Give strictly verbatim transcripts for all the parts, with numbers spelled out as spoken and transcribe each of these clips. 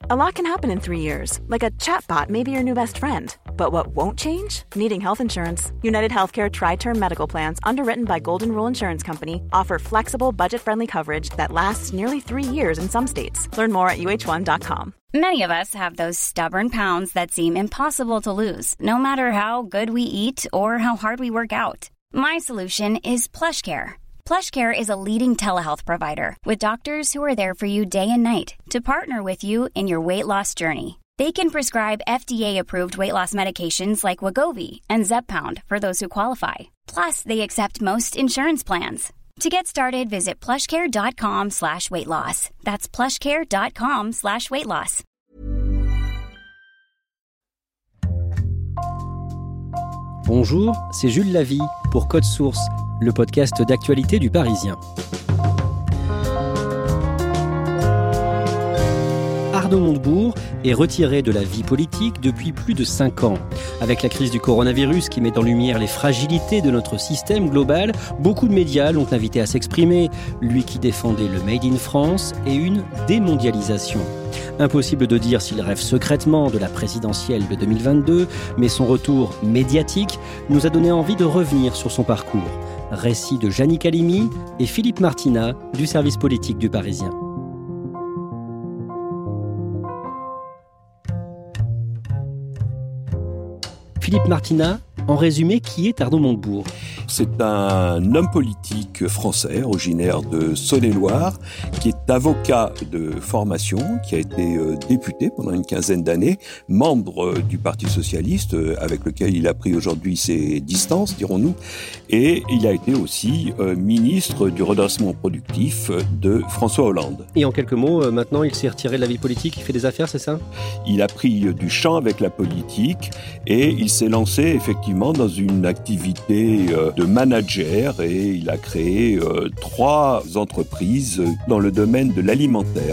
A lot can happen in three years, like a chatbot may be your new best friend. But what won't change? Needing health insurance. United Healthcare Tri-Term Medical Plans, underwritten by Golden Rule Insurance Company, offer flexible, budget-friendly coverage that lasts nearly three years in some states. Learn more at U H one dot com. Many of us have those stubborn pounds that seem impossible to lose, no matter how good we eat or how hard we work out. My solution is PlushCare. PlushCare is a leading telehealth provider with doctors who are there for you day and night to partner with you in your weight loss journey. They can prescribe F D A-approved weight loss medications like Wegovy and Zepbound for those who qualify. Plus, they accept most insurance plans. To get started, visit plushcare.com slash weight loss. That's plushcare.com slash weight loss. Bonjour, c'est Jules Lavie pour Code Source, le podcast d'actualité du Parisien. Arnaud Montebourg est retiré de la vie politique depuis plus de cinq ans. Avec la crise du coronavirus qui met en lumière les fragilités de notre système global, beaucoup de médias l'ont invité à s'exprimer, lui qui défendait le Made in France et une démondialisation. Impossible de dire s'il rêve secrètement de la présidentielle de deux mille vingt-deux, mais son retour médiatique nous a donné envie de revenir sur son parcours. Récit de Jannick Halimi et Philippe Martinat du service politique du Parisien. Philippe Martinat, en résumé, qui est Arnaud Montebourg ? C'est un homme politique français, originaire de Saône-et-Loire, qui est avocat de formation, qui a été député pendant une quinzaine d'années, membre du Parti socialiste, avec lequel il a pris aujourd'hui ses distances, dirons-nous, et il a été aussi ministre du redressement productif de François Hollande. Et en quelques mots, maintenant, il s'est retiré de la vie politique, il fait des affaires, c'est ça ? Il a pris du champ avec la politique et il s'est lancé effectivement dans une activité de manager et il a créé euh, trois entreprises dans le domaine de l'alimentaire.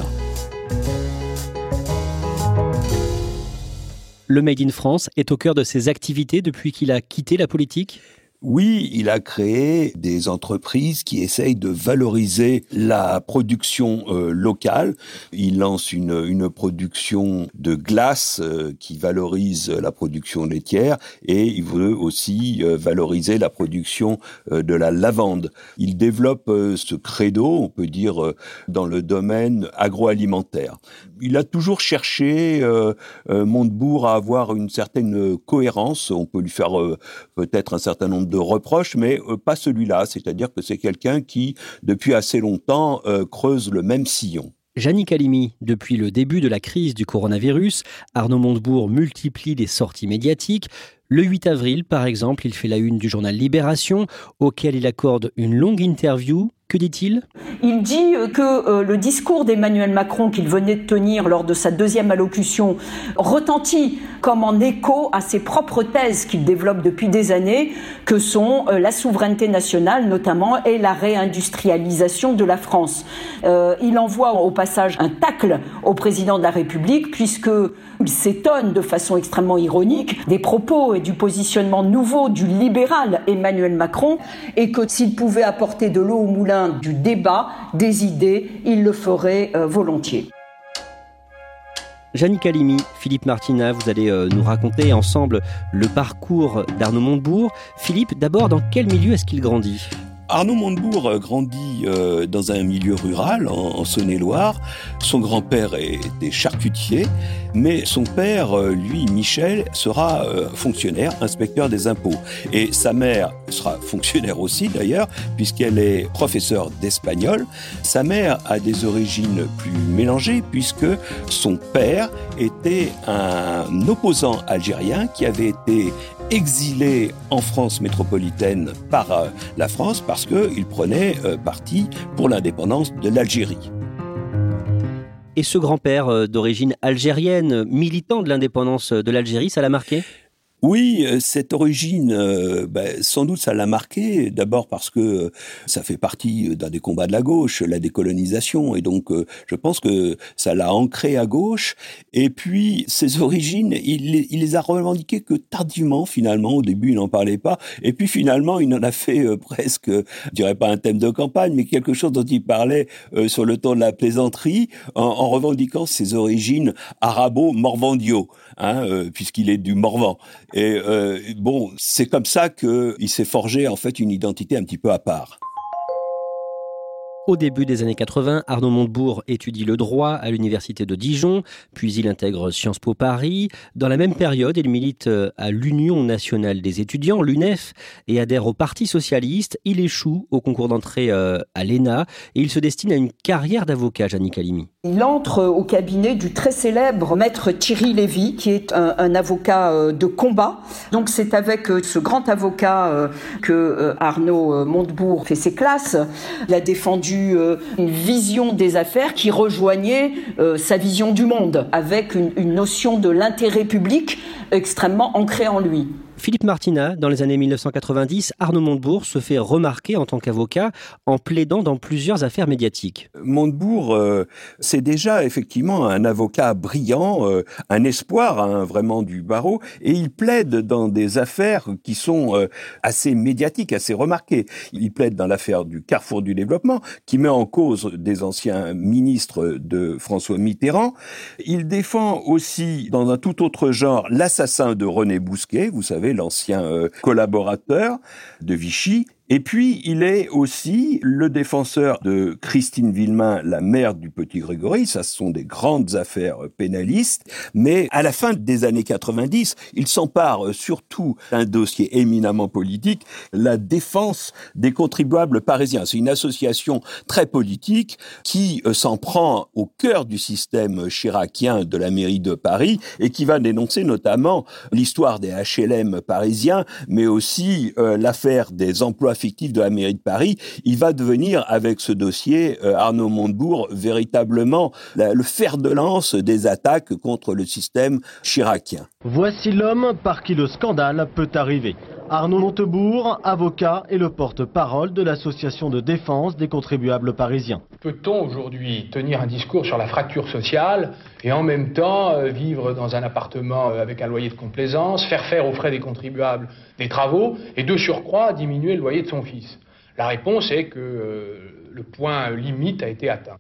Le Made in France est au cœur de ses activités depuis qu'il a quitté la politique ? Oui, il a créé des entreprises qui essayent de valoriser la production euh, locale. Il lance une, une production de glace euh, qui valorise la production laitière et il veut aussi euh, valoriser la production euh, de la lavande. Il développe euh, ce credo, on peut dire, euh, dans le domaine agroalimentaire. Il a toujours cherché, euh, euh, Montebourg, à avoir une certaine cohérence. On peut lui faire euh, peut-être un certain nombre de reproches, mais euh, pas celui-là. C'est-à-dire que c'est quelqu'un qui, depuis assez longtemps, euh, creuse le même sillon. Jannick Halimi, depuis le début de la crise du coronavirus, Arnaud Montebourg multiplie les sorties médiatiques. Le huit avril, par exemple, il fait la une du journal Libération, auquel il accorde une longue interview. Que dit-il ? Il dit que euh, le discours d'Emmanuel Macron qu'il venait de tenir lors de sa deuxième allocution retentit comme en écho à ses propres thèses qu'il développe depuis des années, que sont euh, la souveraineté nationale notamment et la réindustrialisation de la France. Euh, il envoie au passage un tacle au président de la République puisque il s'étonne de façon extrêmement ironique des propos et du positionnement nouveau du libéral Emmanuel Macron et que s'il pouvait apporter de l'eau au moulin du débat, des idées, il le ferait euh, volontiers. Jannick Halimi, Philippe Martinat, vous allez euh, nous raconter ensemble le parcours d'Arnaud Montebourg. Philippe, d'abord, dans quel milieu est-ce qu'il grandit ? Arnaud Montebourg grandit euh, dans un milieu rural, en, en Saône-et-Loire. Son grand-père était charcutier, mais son père, euh, lui, Michel, sera euh, fonctionnaire, inspecteur des impôts. Et sa mère sera fonctionnaire aussi, d'ailleurs, puisqu'elle est professeure d'espagnol. Sa mère a des origines plus mélangées, puisque son père était un opposant algérien qui avait été exilé en France métropolitaine par euh, la France parce qu'il prenait euh, parti pour l'indépendance de l'Algérie. Et ce grand-père euh, d'origine algérienne, militant de l'indépendance de l'Algérie, ça l'a marqué ? Oui, cette origine, euh, ben, sans doute ça l'a marqué, d'abord parce que ça fait partie d'un des combats de la gauche, la décolonisation, et donc euh, je pense que ça l'a ancré à gauche, et puis ses origines, il, il les a revendiquées que tardivement finalement, au début il n'en parlait pas, et puis finalement il en a fait euh, presque, je dirais pas un thème de campagne, mais quelque chose dont il parlait euh, sur le ton de la plaisanterie, en, en revendiquant ses origines arabo-morvandio, hein, euh, puisqu'il est du Morvan. Et euh, bon, c'est comme ça qu'il s'est forgé en fait une identité un petit peu à part. Au début des années quatre-vingts, Arnaud Montebourg étudie le droit à l'université de Dijon, puis il intègre Sciences Po Paris. Dans la même période, il milite à l'Union nationale des étudiants, l'U N E F, et adhère au Parti socialiste. Il échoue au concours d'entrée à l'E N A et il se destine à une carrière d'avocat, Jannick Halimi. Il entre au cabinet du très célèbre maître Thierry Lévy, qui est un, un avocat de combat. Donc c'est avec ce grand avocat que Arnaud Montebourg fait ses classes. Il a défendu une vision des affaires qui rejoignait euh, sa vision du monde, avec une, une notion de l'intérêt public extrêmement ancrée en lui. Philippe Martinat, dans les années mille neuf cent quatre-vingt-dix, Arnaud Montebourg se fait remarquer en tant qu'avocat en plaidant dans plusieurs affaires médiatiques. Montebourg, euh, c'est déjà effectivement un avocat brillant, euh, un espoir hein, vraiment du barreau, et il plaide dans des affaires qui sont euh, assez médiatiques, assez remarquées. Il plaide dans l'affaire du Carrefour du Développement, qui met en cause des anciens ministres de François Mitterrand. Il défend aussi, dans un tout autre genre, l'assassin de René Bousquet, vous savez, l'ancien euh, collaborateur de Vichy. Et puis, il est aussi le défenseur de Christine Villemain, la mère du petit Grégory. Ça, ce sont des grandes affaires pénalistes. Mais à la fin des années quatre-vingt-dix, il s'empare surtout d'un dossier éminemment politique, la défense des contribuables parisiens. C'est une association très politique qui euh, s'en prend au cœur du système chiracien de la mairie de Paris et qui va dénoncer notamment l'histoire des H L M parisiens, mais aussi euh, l'affaire des emplois fictif de la mairie de Paris. Il va devenir, avec ce dossier, euh, Arnaud Montebourg, véritablement la, le fer de lance des attaques contre le système chiracien. Voici l'homme par qui le scandale peut arriver. Arnaud Montebourg, avocat et le porte-parole de l'association de défense des contribuables parisiens. Peut-on aujourd'hui tenir un discours sur la fracture sociale et en même temps euh, vivre dans un appartement euh, avec un loyer de complaisance, faire faire aux frais des contribuables des travaux et de surcroît diminuer le loyer de son fils? La réponse est que euh, le point limite a été atteint.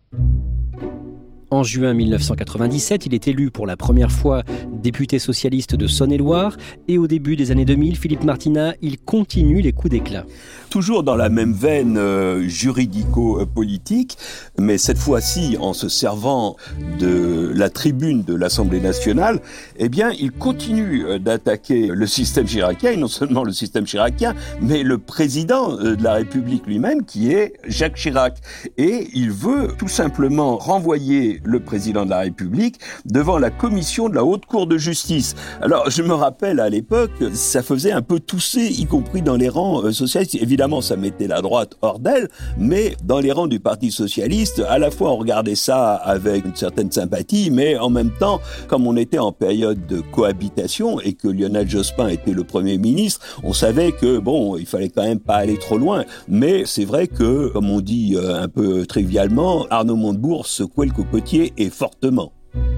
En juin mille neuf cent quatre-vingt-dix-sept, il est élu pour la première fois député socialiste de Saône-et-Loire. Et au début des années deux mille, Philippe Martinat, il continue les coups d'éclat. Toujours dans la même veine euh, juridico-politique, mais cette fois-ci en se servant de la tribune de l'Assemblée nationale, eh bien, il continue d'attaquer le système chiracien, et non seulement le système chiracien, mais le président de la République lui-même, qui est Jacques Chirac. Et il veut tout simplement renvoyer le président de la République devant la commission de la Haute Cour de justice. Alors, je me rappelle à l'époque, ça faisait un peu tousser, y compris dans les rangs euh, socialistes. Évidemment, ça mettait la droite hors d'elle, mais dans les rangs du Parti socialiste, à la fois on regardait ça avec une certaine sympathie, mais en même temps, comme on était en période de cohabitation et que Lionel Jospin était le Premier ministre, on savait que, bon, il fallait quand même pas aller trop loin. Mais c'est vrai que, comme on dit euh, un peu trivialement, Arnaud Montebourg secouait le cocotier et fortement.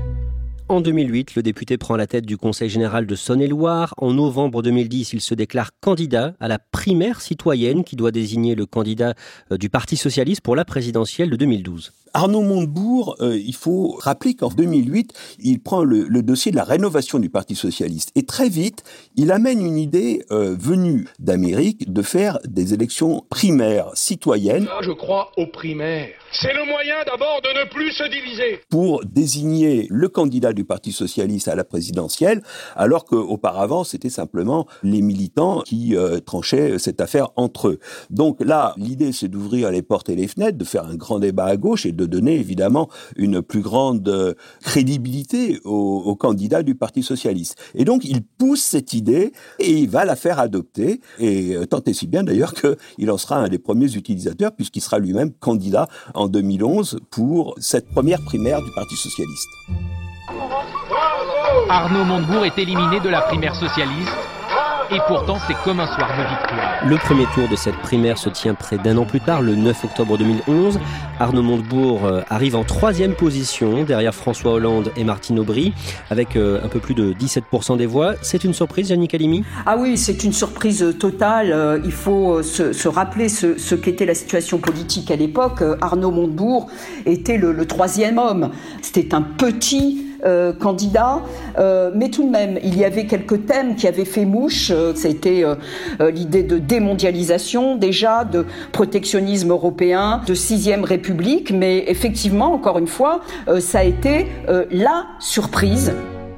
En deux mille huit, le député prend la tête du Conseil général de Saône-et-Loire. En novembre deux mille dix, il se déclare candidat à la primaire citoyenne qui doit désigner le candidat du Parti socialiste pour la présidentielle de deux mille douze. Arnaud Montebourg, euh, il faut rappeler qu'en deux mille huit, il prend le, le dossier de la rénovation du Parti socialiste. Et très vite, il amène une idée euh, venue d'Amérique de faire des élections primaires citoyennes. Là, je crois aux primaires. C'est le moyen d'abord de ne plus se diviser. Pour désigner le candidat du Parti socialiste à la présidentielle, alors qu'auparavant, c'était simplement les militants qui euh, tranchaient cette affaire entre eux. Donc là, l'idée, c'est d'ouvrir les portes et les fenêtres, de faire un grand débat à gauche et de donner évidemment une plus grande euh, crédibilité aux, aux candidats du Parti socialiste. Et donc, il pousse cette idée et il va la faire adopter, et euh, tant et si bien d'ailleurs qu'il en sera un des premiers utilisateurs, puisqu'il sera lui-même candidat en deux mille onze pour cette première primaire du Parti socialiste. Arnaud Montebourg est éliminé de la primaire socialiste. Et pourtant, c'est comme un soir de victoire. Le premier tour de cette primaire se tient près d'un an plus tard, le neuf octobre deux mille onze. Arnaud Montebourg arrive en troisième position, derrière François Hollande et Martine Aubry, avec un peu plus de dix-sept pour cent des voix. C'est une surprise, Yannick Halimi ? Ah oui, c'est une surprise totale. Il faut se, se rappeler ce, ce qu'était la situation politique à l'époque. Arnaud Montebourg était le, le troisième homme. C'était un petit Euh, candidat, euh, mais tout de même, il y avait quelques thèmes qui avaient fait mouche. Euh, C'était euh, euh, l'idée de démondialisation, déjà, de protectionnisme européen, de sixième République, mais effectivement, encore une fois, euh, ça a été euh, la surprise.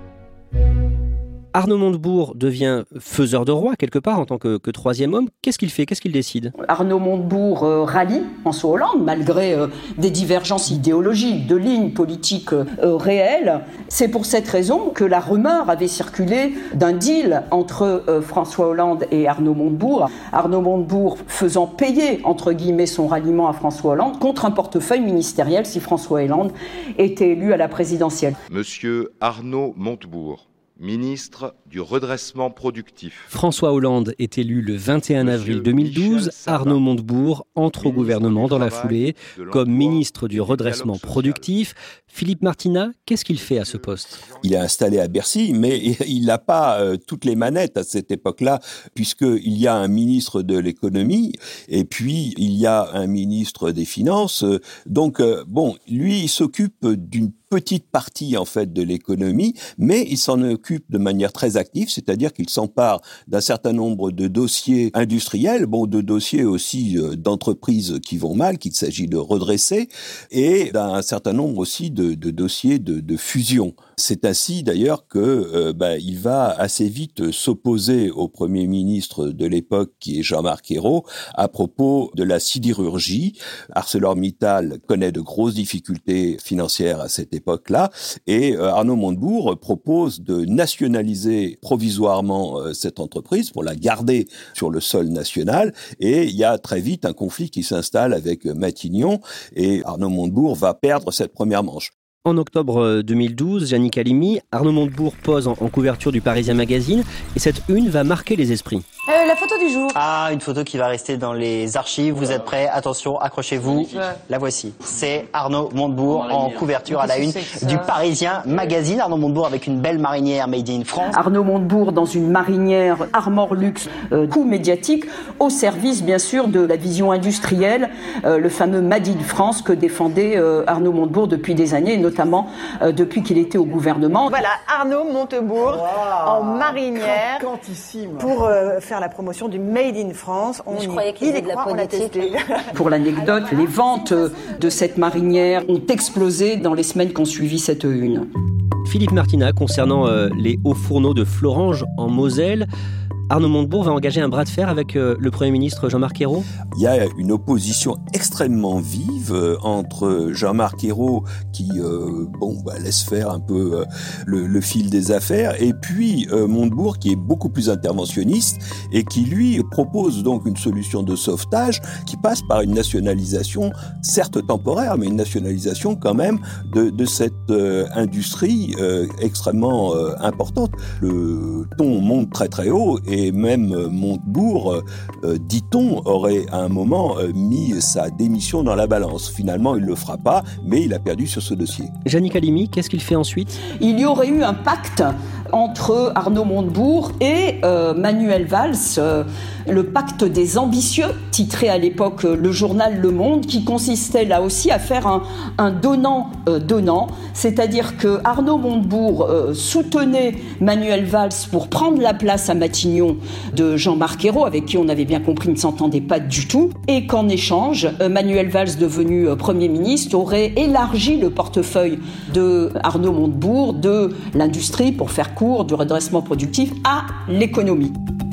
Arnaud Montebourg devient faiseur de roi, quelque part, en tant que, que troisième homme. Qu'est-ce qu'il fait ? Qu'est-ce qu'il décide ? Arnaud Montebourg euh, rallie François Hollande, malgré euh, des divergences idéologiques, de lignes politiques euh, réelles. C'est pour cette raison que la rumeur avait circulé d'un deal entre euh, François Hollande et Arnaud Montebourg. Arnaud Montebourg faisant payer, entre guillemets, son ralliement à François Hollande contre un portefeuille ministériel si François Hollande était élu à la présidentielle. Monsieur Arnaud Montebourg, ministre du redressement productif. François Hollande est élu le vingt et un avril deux mille douze. Arnaud Montebourg entre au gouvernement dans la foulée comme ministre du redressement productif. Philippe Martinat, qu'est-ce qu'il fait à ce poste ? Il est installé à Bercy, mais il n'a pas euh, toutes les manettes à cette époque-là, puisqu'il y a un ministre de l'économie et puis il y a un ministre des finances. Donc, euh, bon, lui, il s'occupe d'une petite partie en fait de l'économie, mais il s'en occupe de manière très active, c'est-à-dire qu'il s'empare d'un certain nombre de dossiers industriels, bon, de dossiers aussi euh, d'entreprises qui vont mal, qu'il s'agit de redresser, et d'un certain nombre aussi de, de dossiers de, de fusion. C'est ainsi d'ailleurs que euh, bah, il va assez vite s'opposer au Premier ministre de l'époque, qui est Jean-Marc Ayrault, à propos de la sidérurgie. ArcelorMittal connaît de grosses difficultés financières à cette époque-là, et euh, Arnaud Montebourg propose de nationaliser provisoirement euh, cette entreprise pour la garder sur le sol national, et il y a très vite un conflit qui s'installe avec Matignon, et Arnaud Montebourg va perdre cette première manche. En octobre deux mille douze, Yannick Halimi, Arnaud Montebourg pose en, en couverture du Parisien Magazine et cette une va marquer les esprits. Euh, la photo du jour. Ah, une photo qui va rester dans les archives. Vous êtes prêts ? Attention, accrochez-vous. La voici. C'est Arnaud Montebourg en couverture à la une du Parisien Magazine. Arnaud Montebourg avec une belle marinière made in France. Arnaud Montebourg dans une marinière Armor Luxe, euh, coup médiatique, au service bien sûr de la vision industrielle, euh, le fameux Made in France que défendait euh, Arnaud Montebourg depuis des années, et notamment euh, depuis qu'il était au gouvernement. Voilà, Arnaud Montebourg wow. en marinière pour euh, faire la promotion du Made in France. On je y, croyais qu'il y avait de la politique. Pour l'anecdote, les ventes de cette marinière ont explosé dans les semaines qui ont suivi cette une. Philippe Martinat, concernant euh, les hauts fourneaux de Florange en Moselle, Arnaud Montebourg va engager un bras de fer avec euh, le Premier ministre Jean-Marc Ayrault. Il y a une opposition extrêmement vive euh, entre Jean-Marc Ayrault, qui euh, bon, bah, laisse faire un peu euh, le, le fil des affaires, et puis euh, Montebourg, qui est beaucoup plus interventionniste et qui, lui, propose donc une solution de sauvetage qui passe par une nationalisation, certes temporaire, mais une nationalisation quand même de, de cette euh, industrie euh, extrêmement euh, importante. Le ton monte très très haut, et Et même Montebourg, euh, dit-on, aurait à un moment euh, mis sa démission dans la balance. Finalement, il ne le fera pas, mais il a perdu sur ce dossier. Yannick Halimi, qu'est-ce qu'il fait ensuite ? Il y aurait eu un pacte entre Arnaud Montebourg et euh, Manuel Valls, euh, le pacte des ambitieux, titré à l'époque euh, le journal Le Monde, qui consistait là aussi à faire un, un donnant-donnant, euh, c'est-à-dire que Arnaud Montebourg euh, soutenait Manuel Valls pour prendre la place à Matignon de Jean-Marc Ayrault, avec qui on avait bien compris ne s'entendait pas du tout, et qu'en échange, euh, Manuel Valls, devenu euh, Premier ministre, aurait élargi le portefeuille de Arnaud Montebourg de l'industrie pour faire cours du redressement productif à l'économie.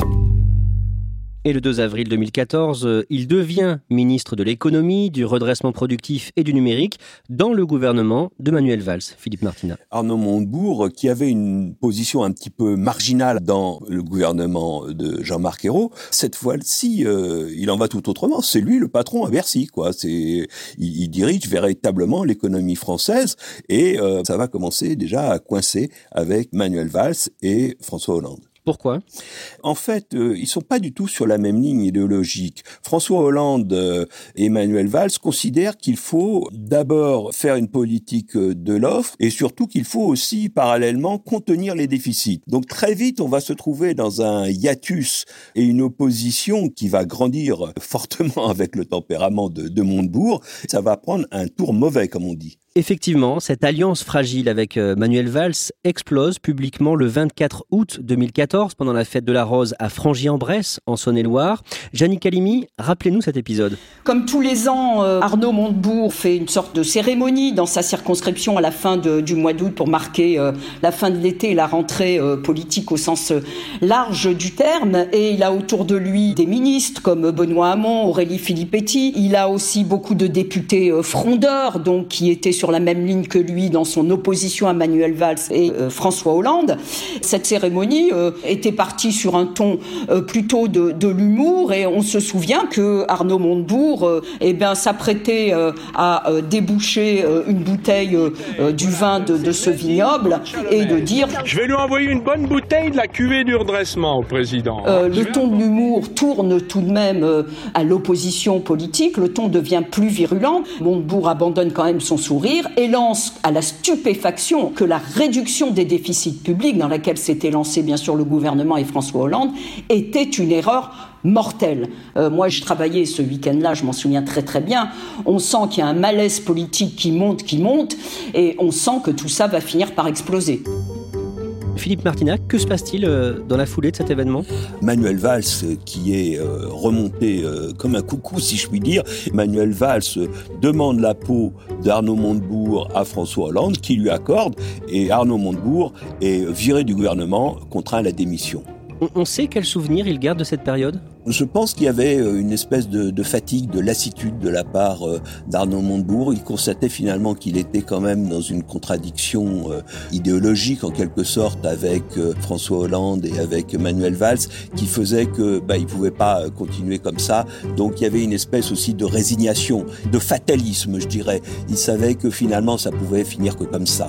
Et le deux avril deux mille quatorze, il devient ministre de l'économie, du redressement productif et du numérique dans le gouvernement de Manuel Valls. Philippe Martinat. Arnaud Montebourg, qui avait une position un petit peu marginale dans le gouvernement de Jean-Marc Ayrault, cette fois-ci, euh, il en va tout autrement. C'est lui le patron à Bercy, quoi. C'est, il, il dirige véritablement l'économie française, et euh, ça va commencer déjà à coincer avec Manuel Valls et François Hollande. Pourquoi ? En fait, euh, ils sont pas du tout sur la même ligne idéologique. François Hollande euh, et Manuel Valls considèrent qu'il faut d'abord faire une politique de l'offre et surtout qu'il faut aussi parallèlement contenir les déficits. Donc très vite, on va se trouver dans un hiatus et une opposition qui va grandir fortement avec le tempérament de, de Montebourg. Ça va prendre un tour mauvais, comme on dit. Effectivement, cette alliance fragile avec Manuel Valls explose publiquement le vingt-quatre août deux mille quatorze pendant la fête de la Rose à Frangy-en-Bresse, en Saône-et-Loire. Jannick Halimi, rappelez-nous cet épisode. Comme tous les ans, Arnaud Montebourg fait une sorte de cérémonie dans sa circonscription à la fin de, du mois d'août pour marquer la fin de l'été et la rentrée politique au sens large du terme. Et il a autour de lui des ministres comme Benoît Hamon, Aurélie Filippetti. Il a aussi beaucoup de députés frondeurs, donc qui étaient sur la même ligne que lui dans son opposition à Manuel Valls et euh, François Hollande. Cette cérémonie euh, était partie sur un ton euh, plutôt de, de l'humour et on se souvient que Arnaud Montebourg euh, eh bien, s'apprêtait euh, à euh, déboucher euh, une bouteille euh, du vin de, de ce vignoble et de dire « Je vais lui envoyer une bonne bouteille de la cuvée du redressement au président. Euh, » Le ton de l'humour tourne tout de même euh, à l'opposition politique, le ton devient plus virulent. Montebourg abandonne quand même son sourire et lance à la stupéfaction que la réduction des déficits publics, dans laquelle s'était lancé bien sûr le gouvernement et François Hollande, était une erreur mortelle. Euh, moi, je travaillais ce week-end-là, je m'en souviens très très bien. On sent qu'il y a un malaise politique qui monte, qui monte, et on sent que tout ça va finir par exploser. Philippe Martinat, que se passe-t-il dans la foulée de cet événement ? Manuel Valls, qui est euh, remonté euh, comme un coucou, si je puis dire. Manuel Valls demande la peau d'Arnaud Montebourg à François Hollande, qui lui accorde, et Arnaud Montebourg est viré du gouvernement, contraint à la démission. On sait quel souvenir il garde de cette période ? Je pense qu'il y avait une espèce de, de fatigue, de lassitude de la part d'Arnaud Montebourg. Il constatait finalement qu'il était quand même dans une contradiction idéologique en quelque sorte avec François Hollande et avec Manuel Valls, qui faisait que bah, il pouvait pas continuer comme ça. Donc il y avait une espèce aussi de résignation, de fatalisme, je dirais. Il savait que finalement ça pouvait finir que comme ça.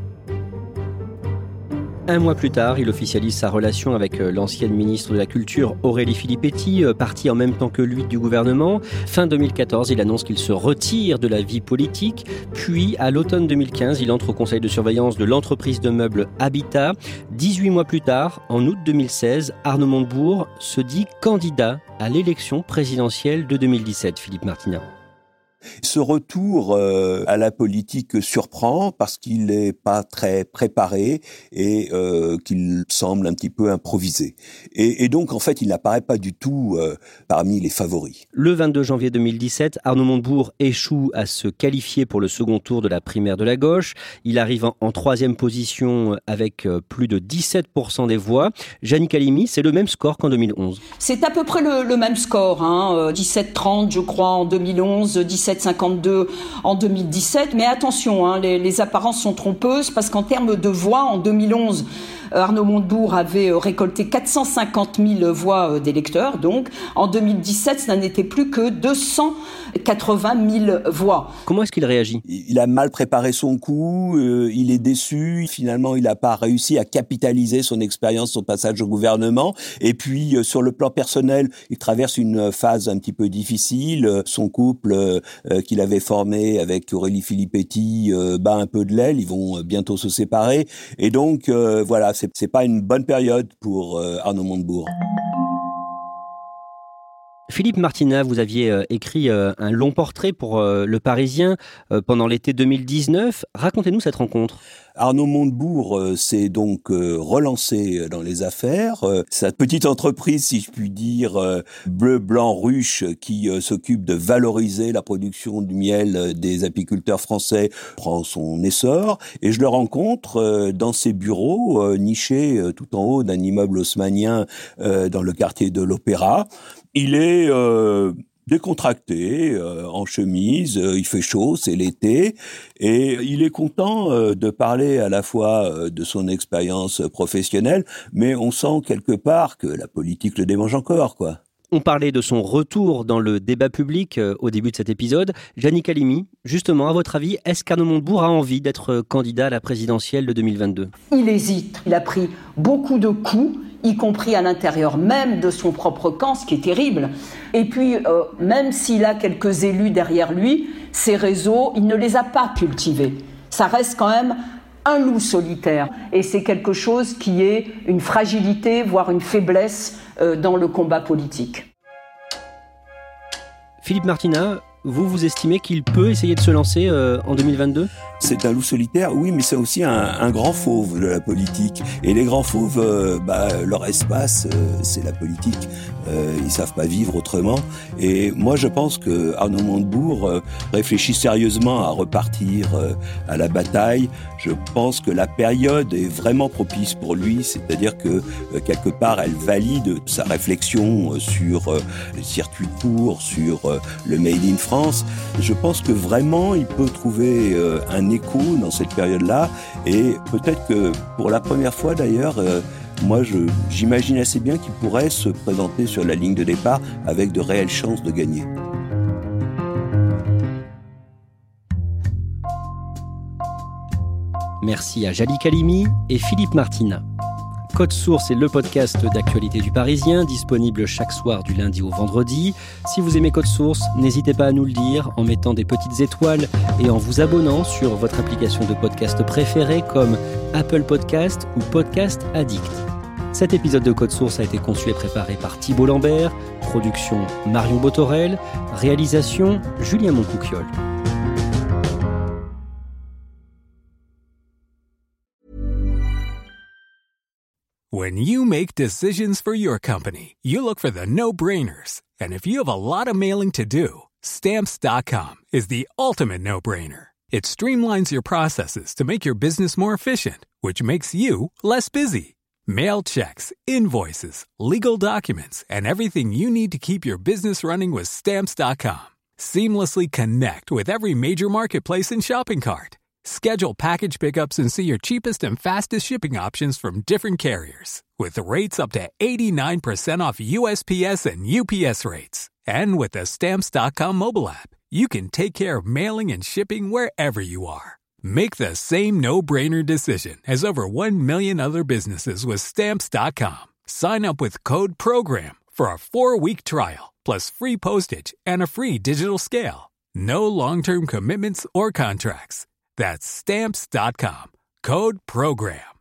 Un mois plus tard, il officialise sa relation avec l'ancienne ministre de la Culture, Aurélie Filippetti, partie en même temps que lui du gouvernement. Fin deux mille quatorze, il annonce qu'il se retire de la vie politique. Puis, à l'automne deux mille quinze, il entre au conseil de surveillance de l'entreprise de meubles Habitat. dix-huit mois plus tard, en août deux mille seize, Arnaud Montebourg se dit candidat à l'élection présidentielle de deux mille dix-sept. Philippe Martinat. Ce retour euh, à la politique surprend parce qu'il n'est pas très préparé et euh, qu'il semble un petit peu improvisé. Et, et donc, en fait, il n'apparaît pas du tout euh, parmi les favoris. Le vingt-deux janvier deux mille dix-sept, Arnaud Montebourg échoue à se qualifier pour le second tour de la primaire de la gauche. Il arrive en, en troisième position avec euh, plus de dix-sept pour cent des voix. Jannick Halimi, c'est le même score qu'en deux mille onze. C'est à peu près le, le même score, hein, dix-sept trente je crois en deux mille onze, dix-sept cinquante-deux en deux mille dix-sept. Mais attention, hein, les, les apparences sont trompeuses parce qu'en termes de voix, en deux mille onze, Arnaud Montebourg avait récolté quatre cent cinquante mille voix d'électeurs. Donc, en deux mille dix-sept, ça n'était plus que deux cent quatre-vingt mille voix. Comment est-ce qu'il réagit ? Il a mal préparé son coup, euh, il est déçu. Finalement, il n'a pas réussi à capitaliser son expérience, son passage au gouvernement. Et puis, euh, sur le plan personnel, il traverse une phase un petit peu difficile. Son couple euh, qu'il avait formé avec Aurélie Filippetti euh, bat un peu de l'aile. Ils vont bientôt se séparer. Et donc, euh, voilà, c'est, c'est pas une bonne période pour euh, Arnaud Montebourg. Philippe Martinat, vous aviez euh, écrit euh, un long portrait pour euh, Le Parisien euh, pendant l'été deux mille dix-neuf. Racontez-nous cette rencontre. Arnaud Montebourg euh, s'est donc euh, relancé dans les affaires. Euh, sa petite entreprise, si je puis dire, euh, Bleu Blanc Ruche, qui euh, s'occupe de valoriser la production du miel euh, des apiculteurs français, prend son essor. Et je le rencontre euh, dans ses bureaux, euh, nichés euh, tout en haut d'un immeuble haussmannien euh, dans le quartier de l'Opéra. Il est euh, décontracté, euh, en chemise, euh, il fait chaud, c'est l'été, et il est content euh, de parler à la fois euh, de son expérience professionnelle, mais on sent quelque part que la politique le démange encore, quoi. On parlait de son retour dans le débat public euh, au début de cet épisode. Jannick Halimi, justement, à votre avis, est-ce qu'Arnaud Montebourg a envie d'être candidat à la présidentielle de deux mille vingt-deux ? Il hésite, il a pris beaucoup de coups. y compris à l'intérieur même de son propre camp, ce qui est terrible. Et puis, euh, même s'il a quelques élus derrière lui, ces réseaux, il ne les a pas cultivés. Ça reste quand même un loup solitaire. Et c'est quelque chose qui est une fragilité, voire une faiblesse euh, dans le combat politique. Philippe Martinat, vous, vous estimez qu'il peut essayer de se lancer euh, en deux mille vingt-deux ? C'est un loup solitaire, oui, mais c'est aussi un, un grand fauve de la politique. Et les grands fauves, euh, bah, leur espace, euh, c'est la politique. Euh, ils savent pas vivre autrement. Et moi, je pense que Arnaud Montebourg euh, réfléchit sérieusement à repartir euh, à la bataille. Je pense que la période est vraiment propice pour lui, c'est-à-dire que euh, quelque part, elle valide sa réflexion euh, sur euh, les circuits courts, sur euh, le Made in France. Je pense que vraiment, il peut trouver euh, un écho dans cette période-là, et peut-être que pour la première fois d'ailleurs, euh, moi je, j'imagine assez bien qu'il pourrait se présenter sur la ligne de départ avec de réelles chances de gagner. Merci à Jali Kalimi et Philippe Martinat. Code Source est le podcast d'actualité du Parisien, disponible chaque soir du lundi au vendredi. Si vous aimez Code Source, n'hésitez pas à nous le dire en mettant des petites étoiles et en vous abonnant sur votre application de podcast préférée comme Apple Podcast ou Podcast Addict. Cet épisode de Code Source a été conçu et préparé par Thibault Lambert, production Marion Botorel, réalisation Julien Moncouquiol. When you make decisions for your company, you look for the no-brainers. And if you have a lot of mailing to do, Stamps dot com is the ultimate no-brainer. It streamlines your processes to make your business more efficient, which makes you less busy. Mail checks, invoices, legal documents, and everything you need to keep your business running with Stamps dot com. Seamlessly connect with every major marketplace and shopping cart. Schedule package pickups and see your cheapest and fastest shipping options from different carriers. With rates up to eighty-nine percent off U S P S and U P S rates. And with the Stamps dot com mobile app, you can take care of mailing and shipping wherever you are. Make the same no-brainer decision as over one million other businesses with Stamps dot com. Sign up with code PROGRAM for a four-week trial, plus free postage and a free digital scale. No long-term commitments or contracts. That's Stamps dot com. Code PROGRAM.